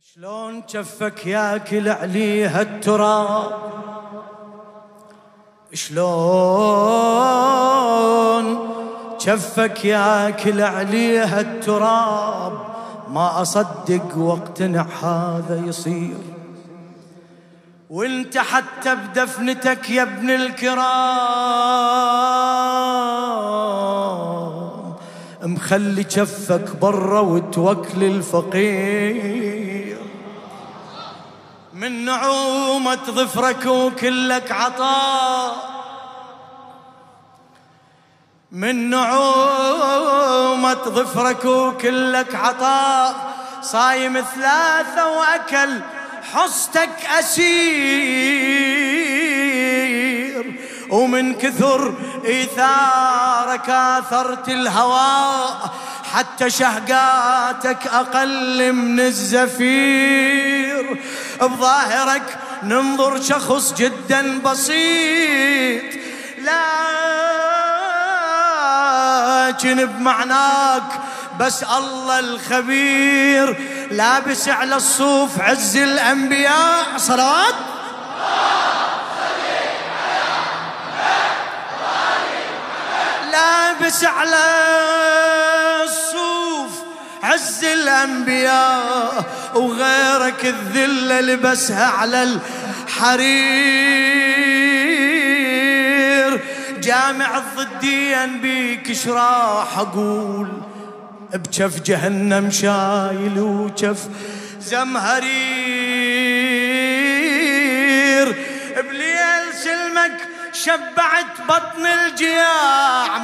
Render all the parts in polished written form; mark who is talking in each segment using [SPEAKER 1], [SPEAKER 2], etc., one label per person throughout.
[SPEAKER 1] شلون جفك ياكل عليها التراب، شلون جفك ياكل عليها التراب، ما أصدق واقتنع هذا يصير. وانت حتى بدفنتك يا ابن الكرام مخلي جفك برا وتوكل الفقير. من نعومة ظفرك وكلك عطاء، من نعومة ظفرك وكلك عطاء، صايم 3 وأكل حصتك أسير. ومن كثر إيثارك آثرت الهواء، حتى شهقاتك أقل من الزفير. بظاهرك ننظر شخص جدا بسيط، لكن بمعناك بس الله الخبير. لابس على الصوف عز الأنبياء، صلوات لابس على الصوف عز الأنبياء، وغيرك الذلة لبسها على الحرير. جامع الضدين بيك شراح أقول، بجف جهنم شايل وجف زمهرير. بليل سلمك شبعت بطن الجياع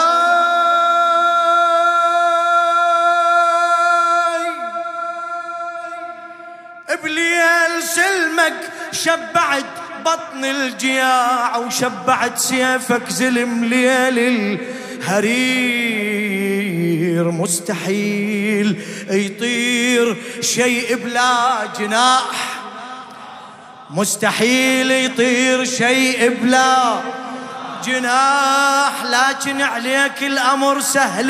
[SPEAKER 1] مولاي، بليل سلمك شبعت بطن الجياع، وشبعت سيفك زلم ليل الهرير. مستحيل يطير شيء بلا جناح، مستحيل يطير شيء بلا جناح، لكن عليك الأمر سهل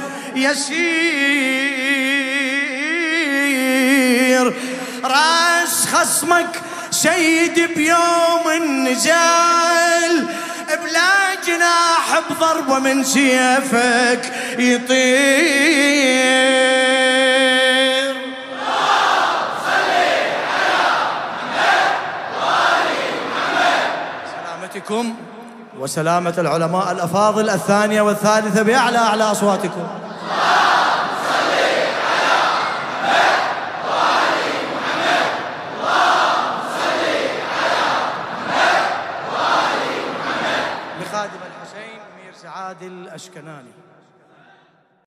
[SPEAKER 1] ويسير. راس خصمك سيد بيوم النزال، بلا جناح بضربة من سيفك يطير. سلامتكم وسلامة العلماء الأفاضل الثانية والثالثة بأعلى أصواتكم. خادم الحسين أمير سعاد الأشكناني.